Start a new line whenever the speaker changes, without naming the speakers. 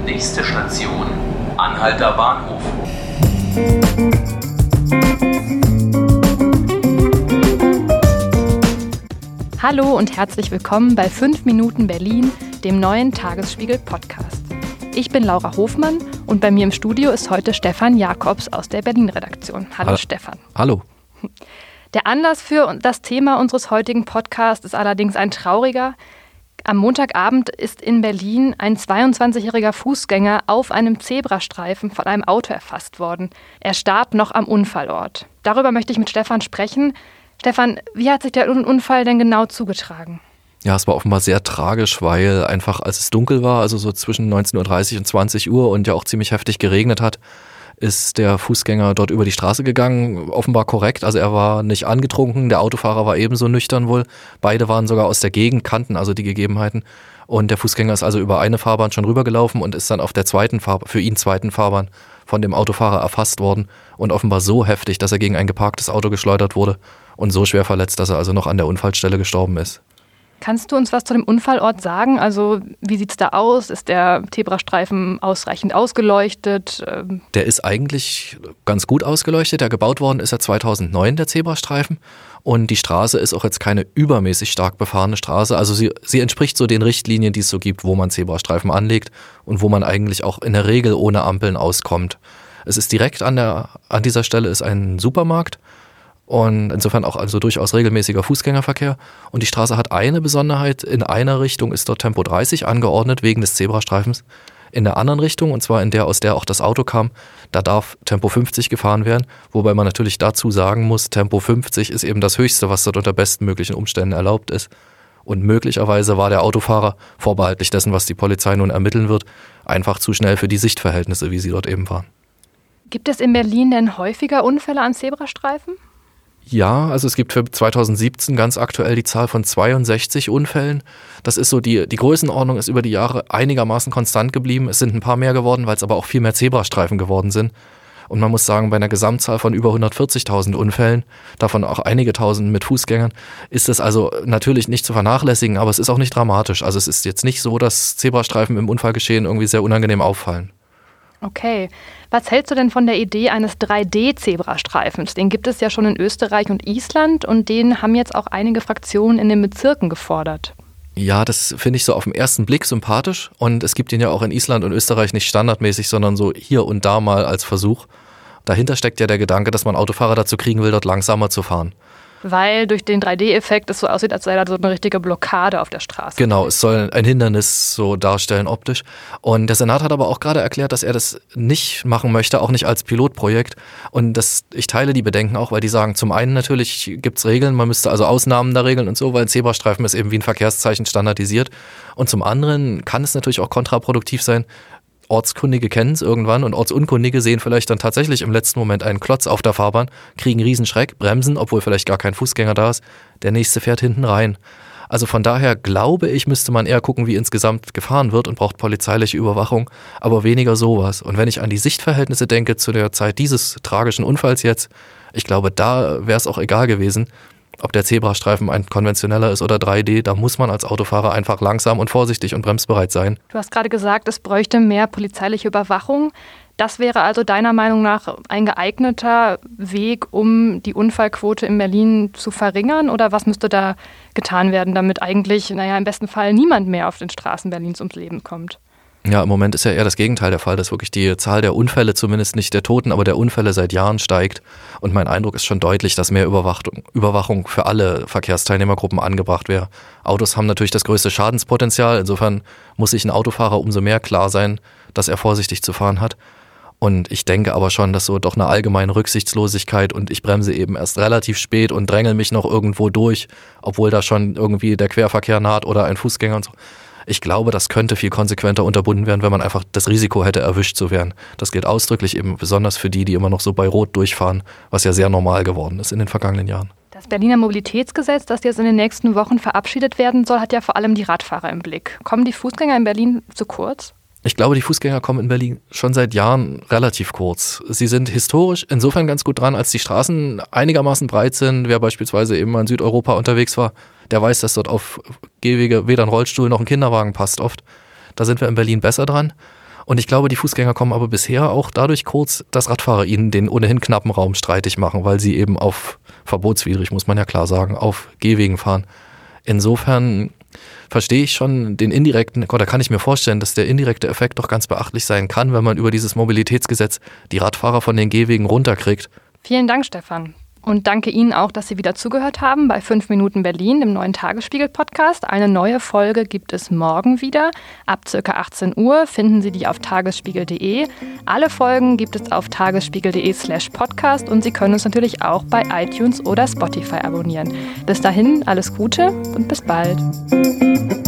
Nächste Station, Anhalter Bahnhof.
Hallo und herzlich willkommen bei 5 Minuten Berlin, dem neuen Tagesspiegel-Podcast. Ich bin Laura Hofmann und bei mir im Studio ist heute Stefan Jakobs aus der Berlin-Redaktion. Hallo Stefan.
Hallo.
Der Anlass für das Thema unseres heutigen Podcasts ist allerdings ein trauriger. Am Montagabend ist in Berlin ein 22-jähriger Fußgänger auf einem Zebrastreifen von einem Auto erfasst worden. Er starb noch am Unfallort. Darüber möchte ich mit Stefan sprechen. Stefan, wie hat sich der Unfall denn genau zugetragen?
Ja, es war offenbar sehr tragisch, weil einfach als es dunkel war, also so zwischen 19.30 Uhr und 20 Uhr und ja auch ziemlich heftig geregnet hat, ist der Fußgänger dort über die Straße gegangen, offenbar korrekt. Also er war nicht angetrunken, der Autofahrer war ebenso nüchtern wohl. Beide waren sogar aus der Gegend, kannten also die Gegebenheiten. Und der Fußgänger ist also über eine Fahrbahn schon rübergelaufen und ist dann auf der zweiten Fahrbahn von dem Autofahrer erfasst worden. Und offenbar so heftig, dass er gegen ein geparktes Auto geschleudert wurde und so schwer verletzt, dass er also noch an der Unfallstelle gestorben ist.
Kannst du uns was zu dem Unfallort sagen? Also wie sieht es da aus? Ist der Zebrastreifen ausreichend ausgeleuchtet?
Der ist eigentlich ganz gut ausgeleuchtet. Der gebaut worden ist ja 2009, der Zebrastreifen. Und die Straße ist auch jetzt keine übermäßig stark befahrene Straße. Also sie entspricht so den Richtlinien, die es so gibt, wo man Zebrastreifen anlegt und wo man eigentlich auch in der Regel ohne Ampeln auskommt. Es ist direkt an dieser Stelle ist ein Supermarkt. Und insofern auch also durchaus regelmäßiger Fußgängerverkehr. Und die Straße hat eine Besonderheit. In einer Richtung ist dort Tempo 30 angeordnet, wegen des Zebrastreifens. In der anderen Richtung, und zwar in der, aus der auch das Auto kam, da darf Tempo 50 gefahren werden. Wobei man natürlich dazu sagen muss, Tempo 50 ist eben das Höchste, was dort unter bestmöglichen Umständen erlaubt ist. Und möglicherweise war der Autofahrer, vorbehaltlich dessen, was die Polizei nun ermitteln wird, einfach zu schnell für die Sichtverhältnisse, wie sie dort eben waren.
Gibt es in Berlin denn häufiger Unfälle an Zebrastreifen?
Ja, also es gibt für 2017 ganz aktuell die Zahl von 62 Unfällen. Das ist so, die Größenordnung ist über die Jahre einigermaßen konstant geblieben. Es sind ein paar mehr geworden, weil es aber auch viel mehr Zebrastreifen geworden sind. Und man muss sagen, bei einer Gesamtzahl von über 140.000 Unfällen, davon auch einige Tausend mit Fußgängern, ist es also natürlich nicht zu vernachlässigen, aber es ist auch nicht dramatisch. Also es ist jetzt nicht so, dass Zebrastreifen im Unfallgeschehen irgendwie sehr unangenehm auffallen.
Okay. Was hältst du denn von der Idee eines 3D-Zebrastreifens? Den gibt es ja schon in Österreich und Island und den haben jetzt auch einige Fraktionen in den Bezirken gefordert.
Ja, das finde ich so auf den ersten Blick sympathisch und es gibt ihn ja auch in Island und Österreich nicht standardmäßig, sondern so hier und da mal als Versuch. Dahinter steckt ja der Gedanke, dass man Autofahrer dazu kriegen will, dort langsamer zu fahren.
Weil durch den 3D-Effekt es so aussieht, als sei da so eine richtige Blockade auf der Straße.
Genau, es soll ein Hindernis so darstellen optisch. Und der Senat hat aber auch gerade erklärt, dass er das nicht machen möchte, auch nicht als Pilotprojekt. Und ich teile die Bedenken auch, weil die sagen, zum einen natürlich gibt es Regeln, man müsste also Ausnahmen da regeln und so, weil ein Zebrastreifen ist eben wie ein Verkehrszeichen standardisiert. Und zum anderen kann es natürlich auch kontraproduktiv sein. Ortskundige kennen es irgendwann und Ortsunkundige sehen vielleicht dann tatsächlich im letzten Moment einen Klotz auf der Fahrbahn, kriegen Riesenschreck, bremsen, obwohl vielleicht gar kein Fußgänger da ist. Der nächste fährt hinten rein. Also von daher glaube ich, müsste man eher gucken, wie insgesamt gefahren wird und braucht polizeiliche Überwachung, aber weniger sowas. Und wenn ich an die Sichtverhältnisse denke zu der Zeit dieses tragischen Unfalls jetzt, ich glaube, da wäre es auch egal gewesen, ob der Zebrastreifen ein konventioneller ist oder 3D, da muss man als Autofahrer einfach langsam und vorsichtig und bremsbereit sein.
Du hast gerade gesagt, es bräuchte mehr polizeiliche Überwachung. Das wäre also deiner Meinung nach ein geeigneter Weg, um die Unfallquote in Berlin zu verringern? Oder was müsste da getan werden, damit eigentlich, im besten Fall niemand mehr auf den Straßen Berlins ums Leben kommt?
Ja, im Moment ist ja eher das Gegenteil der Fall, dass wirklich die Zahl der Unfälle, zumindest nicht der Toten, aber der Unfälle seit Jahren steigt. Und mein Eindruck ist schon deutlich, dass mehr Überwachung für alle Verkehrsteilnehmergruppen angebracht wäre. Autos haben natürlich das größte Schadenspotenzial. Insofern muss sich ein Autofahrer umso mehr klar sein, dass er vorsichtig zu fahren hat. Und ich denke aber schon, dass so doch eine allgemeine Rücksichtslosigkeit und ich bremse eben erst relativ spät und drängel mich noch irgendwo durch, obwohl da schon irgendwie der Querverkehr naht oder ein Fußgänger und so. Ich glaube, das könnte viel konsequenter unterbunden werden, wenn man einfach das Risiko hätte, erwischt zu werden. Das gilt ausdrücklich eben besonders für die immer noch so bei Rot durchfahren, was ja sehr normal geworden ist in den vergangenen Jahren.
Das Berliner Mobilitätsgesetz, das jetzt in den nächsten Wochen verabschiedet werden soll, hat ja vor allem die Radfahrer im Blick. Kommen die Fußgänger in Berlin zu kurz?
Ich glaube, die Fußgänger kommen in Berlin schon seit Jahren relativ kurz. Sie sind historisch insofern ganz gut dran, als die Straßen einigermaßen breit sind. Wer beispielsweise eben mal in Südeuropa unterwegs war, der weiß, dass dort auf Gehwege weder ein Rollstuhl noch ein Kinderwagen passt oft. Da sind wir in Berlin besser dran. Und ich glaube, die Fußgänger kommen aber bisher auch dadurch kurz, dass Radfahrer ihnen den ohnehin knappen Raum streitig machen, weil sie eben verbotswidrig, muss man ja klar sagen, auf Gehwegen fahren. Insofern verstehe ich schon den indirekten, oder kann ich mir vorstellen, dass der indirekte Effekt doch ganz beachtlich sein kann, wenn man über dieses Mobilitätsgesetz die Radfahrer von den Gehwegen runterkriegt.
Vielen Dank, Stefan. Und danke Ihnen auch, dass Sie wieder zugehört haben bei 5 Minuten Berlin, dem neuen Tagesspiegel-Podcast. Eine neue Folge gibt es morgen wieder. Ab ca. 18 Uhr finden Sie die auf tagesspiegel.de. Alle Folgen gibt es auf tagesspiegel.de/podcast und Sie können uns natürlich auch bei iTunes oder Spotify abonnieren. Bis dahin, alles Gute und bis bald.